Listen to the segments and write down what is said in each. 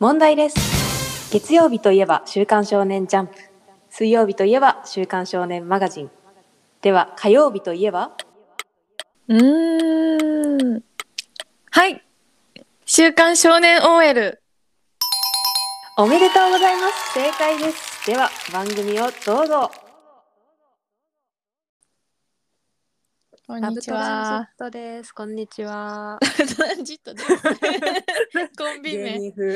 問題です。月曜日といえば週刊少年ジャンプ、水曜日といえば週刊少年マガジン、では火曜日といえばはい、週刊少年 OL。 おめでとうございます。正解です。では番組をどうぞ。 こんにちラブトランジッは。 トです。こんにちは。 トランジットですコンビ芸名人風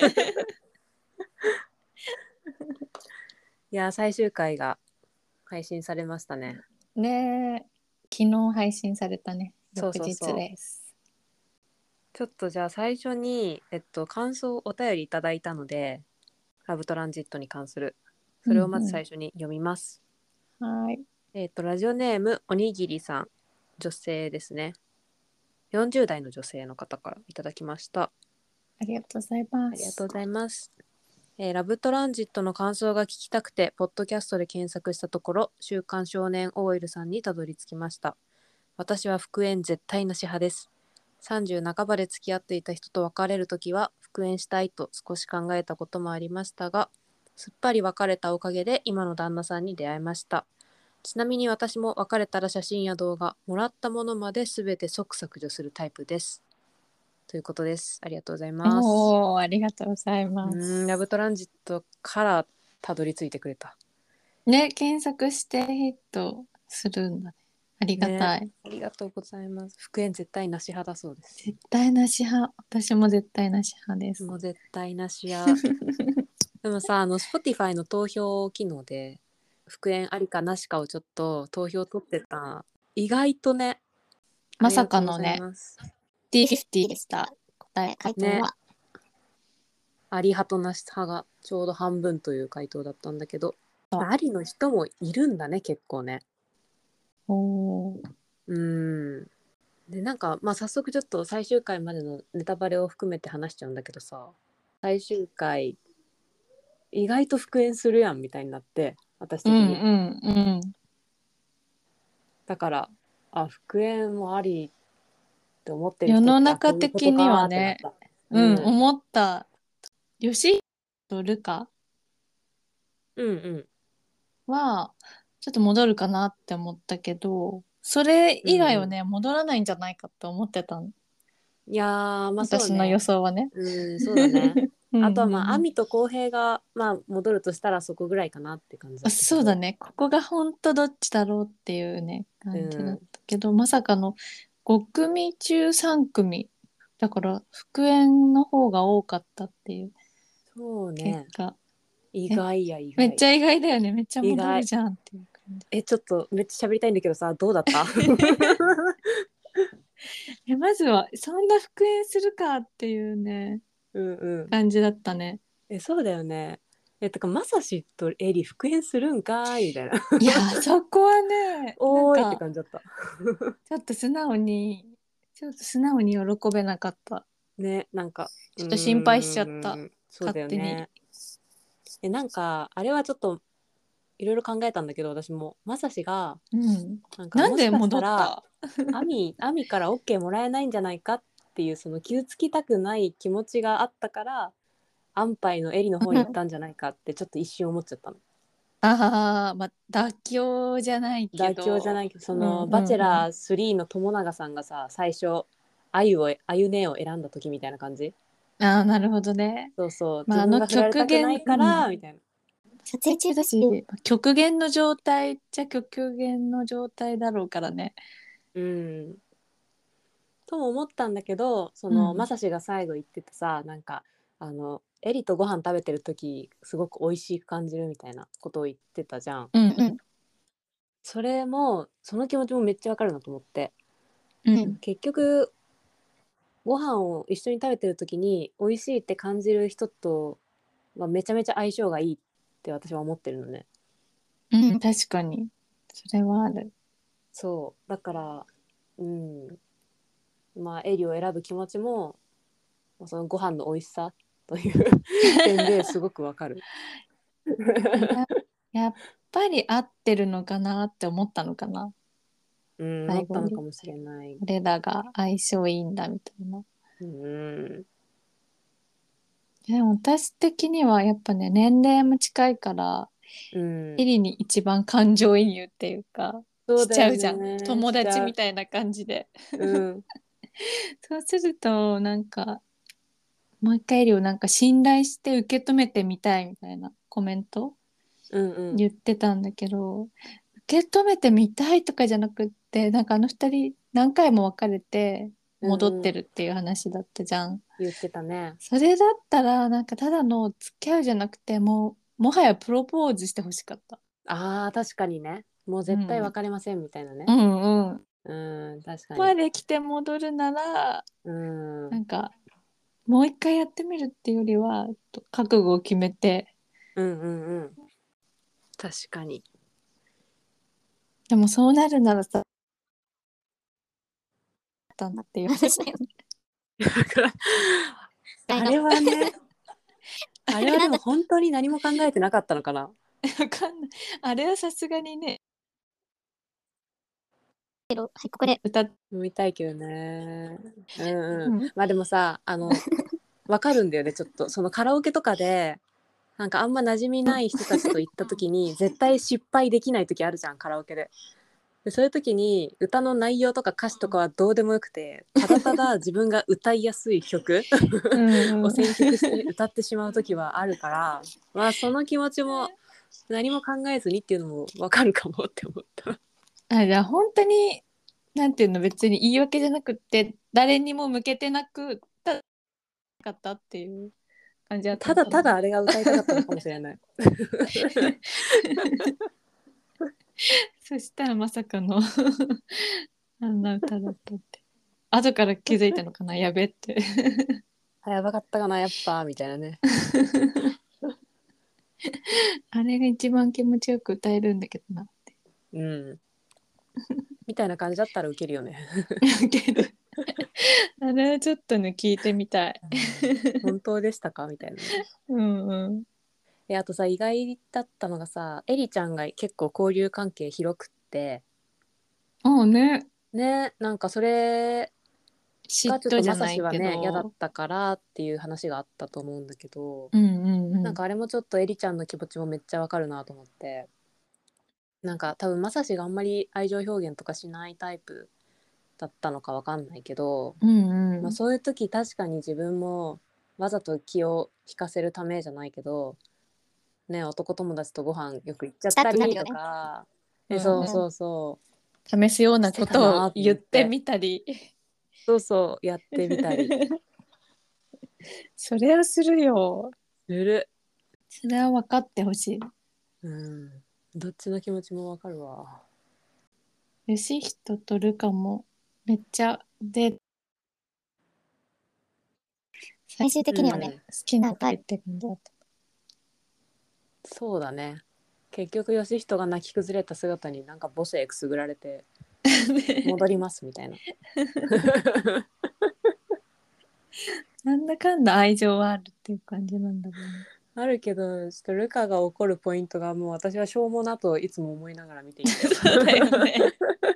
いや最終回が配信されましたね。 ね。昨日配信されたね。 そう翌日そうそう。 です。 ちょっとじゃあ最初に感想お便りいただいたので、ラブトランジットに関するそれをまず最初に読みます。 はい。 ラジオネームおにぎりさん、女性ですね。40代の女性の方からいただきました。 ありがとうございます。 ありがとうございます。ラブトランジットの感想が聞きたくてポッドキャストで検索したところ、週刊少年 OL さんにたどり着きました。私は復縁絶対なし派です。30半ばで付き合っていた人と別れるときは復縁したいと少し考えたこともありましたが、すっぱり別れたおかげで今の旦那さんに出会いました。ちなみに私も別れたら写真や動画、もらったものまで全て即削除するタイプです。ということです。ありがとうございます。 おー、ありがとうございます。 ラブトランジットからたどり着いてくれた。 ね、検索してヒットするんだね。ありがたい。 ね、ありがとうございます。復縁絶対なし派だそうです。 絶対なし派。私も絶対なし派です。 もう絶対なしや。でもさ、Spotify の投票機能で復縁ありかなしかをちょっと投票取ってた。意外とね。 まさかのね、 ありがとうございます。 50-50でした。答え、回答は。 ね、あり派となし派がちょうど半分という回答だったんだけど、ありの人もいるんだね、結構ね。 おー。 でなんか早速ちょっと最終回までのネタバレを含めて話しちゃうんだけどさ、最終回意外と復縁するやんみたいになって、私的に、だから復縁もありって思ってる世人っての中こういうこと的にはかってなっね、 た。 思った。ヨシとルカうんは、ちょっと戻るかなって思ったけど、それ以外はね、戻らないんじゃないかって思ってたの。 いやーそう私の予ね。 想はね。 そうだね。あとは亜うん。 美と浩平が戻るとしたらそこぐらいかなって感じだあ、 ったけど。 そうだね。ここが本当どっちだろうっていうね、感じだったけど、まさかの5組中3組。だから復縁の方が多かったっていうそうね。 結果。 意外や意外。 めっちゃ意外だよね。めっちゃ意外。 戻るじゃんっていう感じ。 ちょっとめっちゃ喋りたいんだけどさ、どうだったまずは、そんな復縁するかっていうね、 うん感じだったね。 そうだよね。てかまさしとエリ復縁するんかーいみたいな。 いや、そこはね、 おーいって感じだった。 ちょっと素直に、ちょっと素直に喜べなかった。 ね、なんかちょっと心配しちゃった。 そう勝手に。 だよね。なんかあれはちょっといろいろ考えたんだけど、私もまさしがうん。 なんかなんでもしかしたら戻った？ アミから OK もらえないんじゃないかっていう、その傷つきたくない気持ちがあったから安牌のエリの方に行ったんじゃないかってちょっと一瞬思っちゃったの。 ああ、まあ、妥協じゃないけ妥協じゃなど。 いけど、そのバチェラー3の友永さんがさ、最初あゆねを選んだ時みたいな感じ。 ああ、なるほどね。 そうそう、 まあ、 自分が振られたくないからみたいな。 撮影中だし、極限の状態っちゃ極限の状態だろうからね。 うんとも思ったんだけど、そのまさしが最後言ってたさ、なんかエリとご飯食べてる時すごく美味しく感じるみたいなことを言ってたじゃん。それもその気持ちもめっちゃわかるなと思って、結局ご飯を一緒に食べてる時に美味しいって感じる人とはめちゃめちゃ相性がいいって私は思ってるのね。 確かに。それはある。 そうだからエリを選ぶ気持ちもそのご飯の美味しさという点ですごくわかる。 やっぱり合ってるのかなって思ったのかな。 思っ最後に。 たのかもしれない。 俺らが相性いいんだみたいな。 うんでも私的にはやっぱね、年齢も近いから、 うん。 エリに一番感情移入っていうか、しそうだよちゃうじゃん。 ね。 友達しちゃう。 みたいな感じで。 うん。 そうすると、なんか、もう一回エリをなんか信頼して受け止めてみたいみたいなコメントうんうん。 言ってたんだけど、受け止めてみたいとかじゃなくって、なんかあの二人何回も別れて戻っうんうん。 てるっていう話だったじゃん。 言ってたね。 それだったら、なんかただの付き合うじゃなくて、もはやプロポーズしてほしかった。 ああ、確かにね。もう絶対うん。 別れませんみたいなね。 うんうん。 うん、確かに。 まで来て戻るなら、 うん。うんなんか、もう一回やってみるっていうよりは、覚悟を決めて、 うんうん。確かに。 でもそうなるならさ、ったんだっていう話だよね。 だからあれはね、あれはでも本当に何も考えてなかったのかな。 わかんない。あれはさすがにね、はい、ここで歌っ、 見たいけどね。うんうん。 うん。 まあでもさ、わかるんだよね、ちょっと。そのカラオケとかで、なんかあんま馴染みない人たちと行った時に、絶対失敗できない時あるじゃん、カラオケで。でそういう時に歌の内容とか歌詞とかはどうでもよくて、ただただ自分が歌いやすい曲うをんうん。 選曲して歌ってしまう時はあるから、まあその気持ちも何も考えずにっていうのもわかるかもって思った。 あ、じゃあ本当に、なんていうの、別に言い訳じゃなくって、誰にも向けてなく、かったっていう感じだったただのかな。 ただあれが歌いたかったのかもしれない。 そしたらまさかのあんな歌だったって。後から気づいたのかな、やべって。 あ、やばかったかな、やっぱ、みたいなね。 あれが一番気持ちよく歌えるんだけどな。 うん。みたいな感じだったらウケるよね。 けど、あれはちょっとね、聞いてみたい。 本当でしたかみたいなね。 うんうん。 あとさ、意外だったのがさ、エリちゃんが結構交流関係広くって、 ああね、 ね、なんかそれ嫉がちょっとまさ妬じゃないしはね、嫌だっけど、 たからっていう話があったと思うんだけど、 うんうんうん。 なんかあれもちょっとエリちゃんの気持ちもめっちゃわかるなと思って、なんか多分まさしがあんまり愛情表現とかしないタイプだったのかわかんないけど、 うんうん。 まあそういう時確かに自分もわざと気を引かせるためじゃないけど、ね、男友達とご飯よく行っちゃったりとか、 うんうん。 そうそうそ試すようう、しなてたことをなと言って思って、 みたり。 そうそう、やってみたりそれはするよ。 する。 それは分かってほしい。 うん。どっちの気持ちもわかるわ。 ヨシヒトとルカもめっちゃで、最終的にはね、 うん。 好きなタイプって感じだった。 そうだね。結局、義人が泣き崩れた姿になんか母性くすぐられて、戻りますみたいな。 なんだかんだ愛情はあるっていう感じなんだろうね。 あるけど、ちょっとルカが怒るポイントがもう私はしょうもなといつも思いながら見ていたよ。 そうだよね。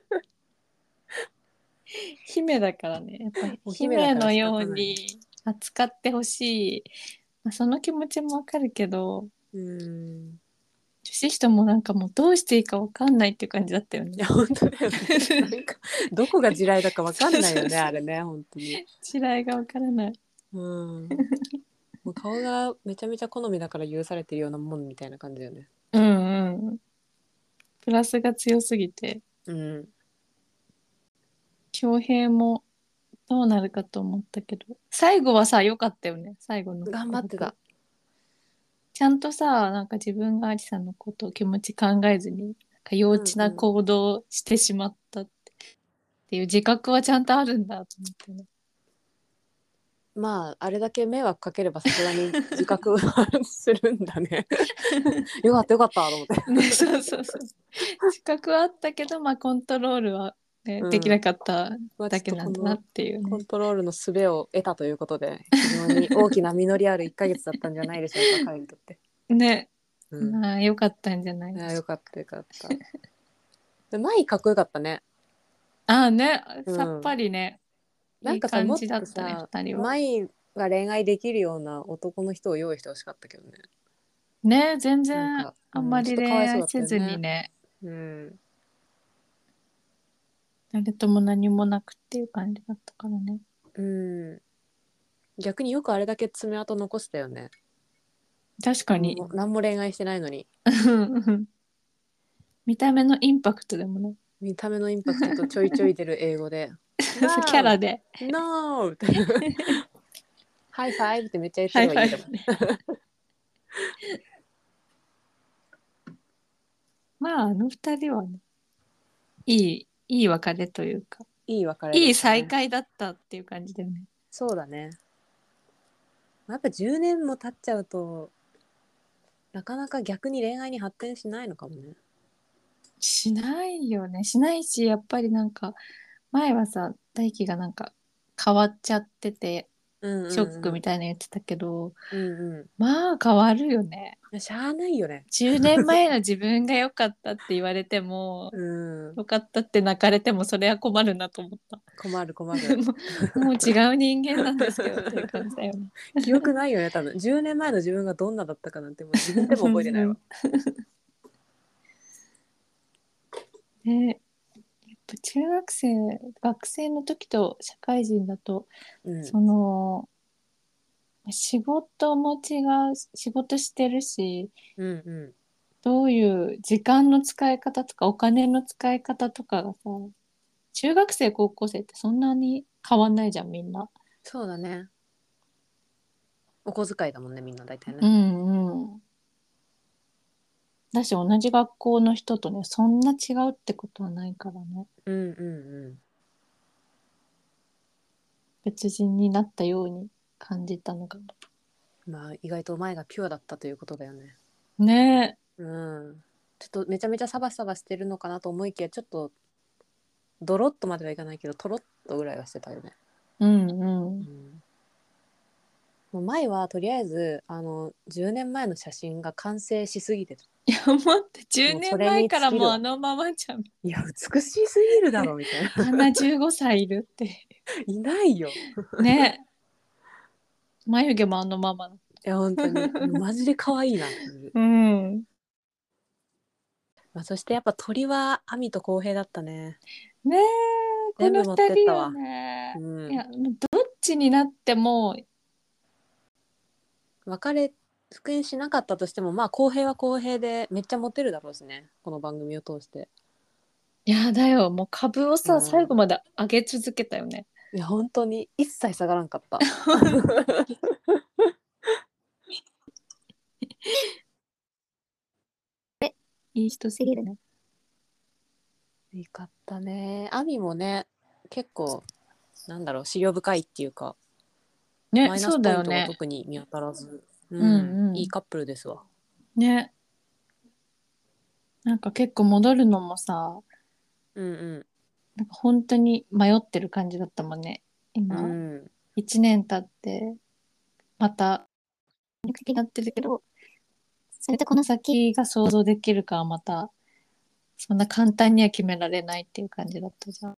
姫だからね。やっぱもう姫だから仕姫のよう方ない。 に扱ってほしい。まあ、その気持ちもわかるけど、 うん。 女子人もなんかもうどうしていいかわかんないっていう感じだったよね。 いや、本当だよね。なんか、どこが地雷だかわかそうんないよね、 そうそう。 あれね、本当に。 違いがわからない。 うん。もう顔がめちゃめちゃ好みだから許されてるようなもんみたいな感じだよね。 うんうん。プラスが強すぎて、 うん。 恭平もどうなるかと思ったけど、最後はさ、良かったよね。最後の頑告白。 張ってた。 ちゃんとさ、なんか自分がアリさんのことを気持ち考えずに、なんか幼稚なうんうん。 行動をしてしまったっていう自覚はちゃんとあるんだと思ってね。 まあ、あれだけ迷惑かければさすがに自覚はするんだね。よかったよかったと思って。 ね、そうそうそう。自覚はあったけど、まあコントロールは、ね、できなうん。 かったまあちょっだけなんだなっとこのていうね。 コントロールの術を得たということで、非常に大きな実りある1ヶ月だったんじゃないでしょうか、彼にとって。 ね。 うん。 まあ良かったんじゃないいや、 でしょうよかったよかった。で、舞かっこよかったね。 か。ああね、 うさっぱん。 りね、いいなんかさ、もっ感じだったね、 とさ、 二人は。 舞が恋愛できるような男の人を用意してほしかったけどね。 ね、全然なんか、 あんまちょっり恋とかわいそうだった愛せずによね。 ね、 うん。 誰とも何もなくっていう感じだったからね。 うん。逆によくあれだけ爪痕残したよね。 確かに。 何も恋愛してないのに。 見た目のインパクトでもね。 見た目のインパクトとちょいちょい出る英語でキャ No! ラで。 No! ってハイファイブってめっちゃ言ってハイフるわ家でも。 ァイブね。まあ、あの二人はね、いい別れというか、 いい別れいいでしたね。 再会だったっていう感じでね。 そうだね。やっぱ10年も経っちゃうとなかなか逆に恋愛に発展しないのかもね。 しないよね。しないし、やっぱりなんか、前はさ、大輝がなんか変わっちゃってて、 うんショックうんみたいな言ってたけど、 うんまあ変わるよね。 うん。しゃあないよね。 10年前の自分が良かったって言われても、 うん。 良かったって泣かれてもそれは困るなと思った。 困る困る。 もう違う人間なんですけどっていう感じだよね。 記憶ないよね多分。10年前の自分がどんなだったかなんてもう自分でも覚えてないわ。 ね、やっぱ学生の時と社会人だと、 うんその、仕事してるし、 うんうん。 どういう時間の使い方とかお金の使い方とかがさ、中学生、高校生ってそんなに変わんないじゃん、みんな。 そうだね。お小遣いだもんねみんな大体うね。 んうん。だし、同じ学校の人とね、そんな違うってことはないからね。 うんうん別人になったように感じたのかも。 うん。まあ意外と前がピュアだったということだよね。 ねうん。ちょっとめちゃめちゃサバサバしてるのかなと思いきやちょっとドロッとまではいかないけどトロッとぐらいはしてたよね。 え。うんうん。 うん。もう前はとりあえず10年前の写真が完成しすぎてる。 いや、待って、10 もうそれに年前から尽きるわ。 もうあのままじゃん。 いや美しすぎるだろみたいな。 あんな15歳いるって。 いないよ。 ね。眉毛もあのまま。 いや本当にマジで可愛いなっていう。 うん。 まあ、そしてやっぱ鳥は亜美と浩平だったね。 ねえ、この全部持っ二人よてったわ。うね。いや、 ん。 どっちになっても、 復縁しなかったとしてもまあ浩平は浩平でめっちゃモテるだろうしねこの番組を通して。 いやだよ、もう株をさ、最うん。 後まで上げ続けたよね。 いや本当に一切下がらんかった。 いい人すぎるね。 いいかったね。亜美もね結構なんだろう思慮深いっていうかね、 マイナそうスポイントがだよね。 特に見当たらず、 ういいんカップルですわ。 うん。ね。なんか結構戻るのもさ、 うんなんか本当に迷ってる感じだったもんね。 う今、 ん 1年経って、また、になってるけど、それでこの先が想像できるかはまた、そんな簡単には決められないっていう感じだったじゃん。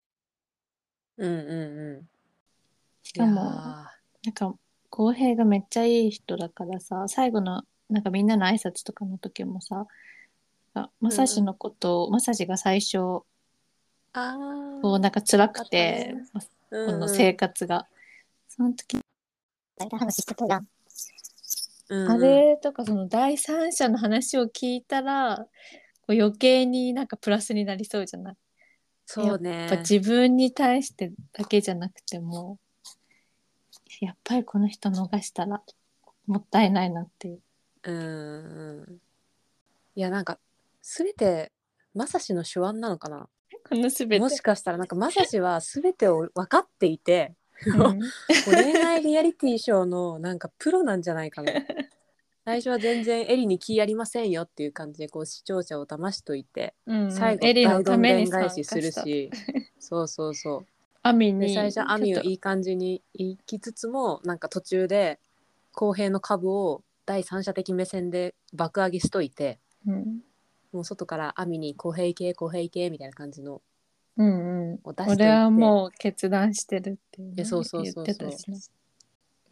うんしいやかも、なんか、浩平がめっちゃいい人だからさ、最後の、なんかみんなの挨拶とかの時もさ、まさしのことを、まさしが最初、 あこうなんかあよ辛くかったね。 て、この生うん活が。その時に話してたじゃん。あうんれとかその第三者の話を聞いたら、こう余計になんかプラスになりそうじゃない？やそうっぱね。 自分に対してだけじゃなくても、やっぱりこの人逃したらもったいないなっていう。 うんいやなんか全てまさしの手腕なのかな。 このすべもして。 かしたらなんかまさしは全てを分かっていてうん。 もう恋愛リアリティショーのなんかプロなんじゃないかな。最初は全然エリに気ありませんよっていう感じでこう視聴者を騙しといてうんうん。 最後エリの大どんためにでん返しす参加した。 るしそうそうそうアミで最に、 初アちょっと、 ミをいい感じに行きつつもなんか途中で公平の株を第三者的目線で爆上げしといてうん、 もう外からアミに公平系公平系みたいな感じのうんうん。 を出し俺はといてもう決断してるっていうそうそうね、言っそうそうてたしね。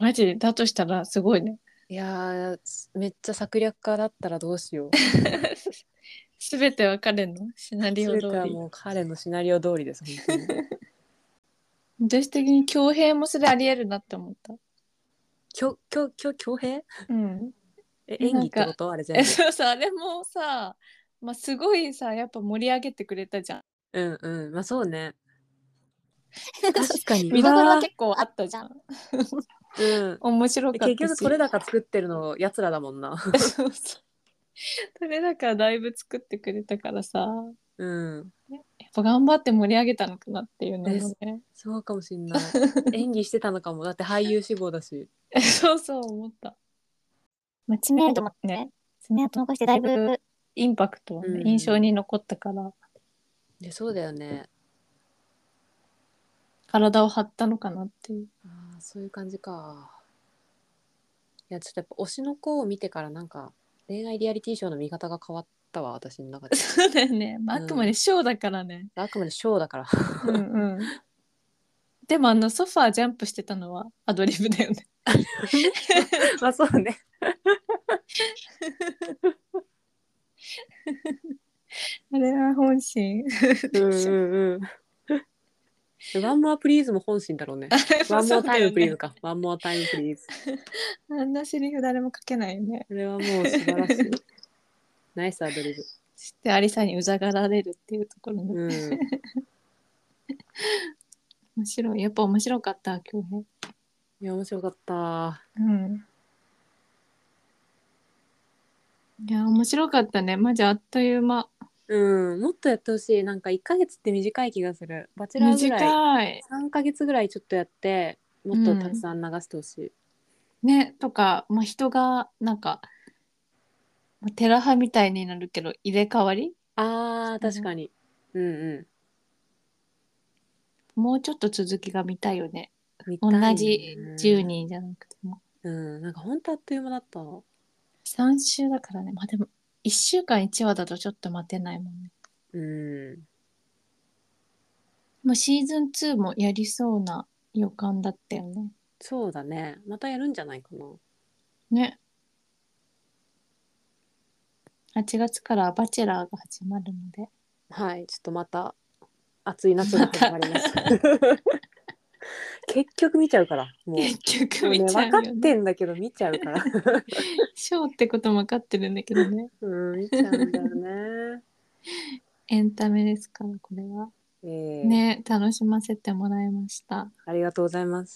マジだとしたらすごいね。 いやーめっちゃ策略家だったらどうしよう。 すべては彼のシナリオ全て通り。 はもう彼のシナリオ通りです本当に。 私的に恭平もそれありえるなって思った。 強兵？ うん。 演技ってこなんか、 とあれ全部。 そうそう、あれもさ、まあ、すごいさ、やっぱ盛り上げてくれたじゃん。 うんうんまあそうね。確かに。う見どころはわ結構あったじゃん。 ーうん。 面白かっ結局取れたし。 高作ってるのやつらだもんな。 そうそう。それだからだいぶ作ってくれたからさ、 うん。 やっぱ頑張って盛り上げたのかなっていうのえ、 もね。 そうかもしんない。演技してたのかも。だって俳優志望だし。 そうそう思った。まあ、知名度もね、爪痕残してだいぶインパクトはね、印象うん。 に残ったから、 そうだよね。 体を張ったのかなっていう。 ああ、そういう感じか。いや、ちょっとやっぱ推しの子を見てからなんか恋愛リアリティショーの見方が変わったわ、私の中で。 そうだよね。まあ、あくまうん。 でショーだからね。 あくまでショーだから。 うんうん。でもソファージャンプしてたのはアドリブだよね。 ね。まあそうね。 あれは本心。 うんうんうん。ワンモアプリーズも本心だろうね。 あれもそワンモアタイうだよね。 ムプリーズか。ワンモアタイムプリーズ。 あんなセリフ誰も書けないよね。 これはもう素晴らしい。ナイスアドリブ。 そしてアリサにうざがられるっていうところの。 うん。 面白い。やっぱ面白かった、今日ね。 いや、面白かった。 うん。いや、面白かったね。マジあっという間。 うん。もっとやってほしい。なんか1ヶ月って短い気がする。バチェラーぐらい、 短い。 3ヶ月ぐらいちょっとやって、もっとたくうん。 さん流してほしい。 ね、とか、まあ、人が、なんか、まあテラハみたいになるけど、入れ替わりあー、 その確かに。うんうもうちょっと続きが見たいよね。 ん。見同たいじ10 ね。 人じゃなくても。 うん。なんかほんとあっという間だった。 3週だからね。まあでも、1週間1話だとちょっと待てないもんね。 うん。 もうシーズン2もやりそうな予感だったよね。 そうだね。またやるんじゃないかな。 ね。8月からバチェラーが始まるので。 はい。ちょっとまた暑い夏が始またまります。結局見ちゃうから。も結う。もうね、 局見ちゃ分かっうよね。 てんだけど見ちゃうから。 ショーってことも分かってるんだけどね。 うん、見ちゃうんだよね。 エンタメですから、これは。 ええ、 ね、楽しませてもらいました。 ありがとうございます。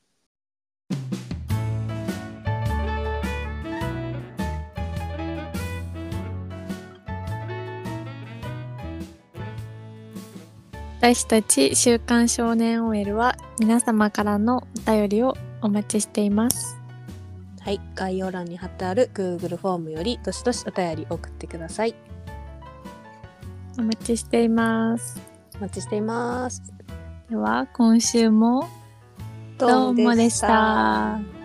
私たち週刊少年 OL は皆様からのお便りをお待ちしています。 はい、概要欄に貼ってある Google フォームよりどしどしお便り送ってください。 お待ちしています。 お待ちしています。 では今週もどうもでした。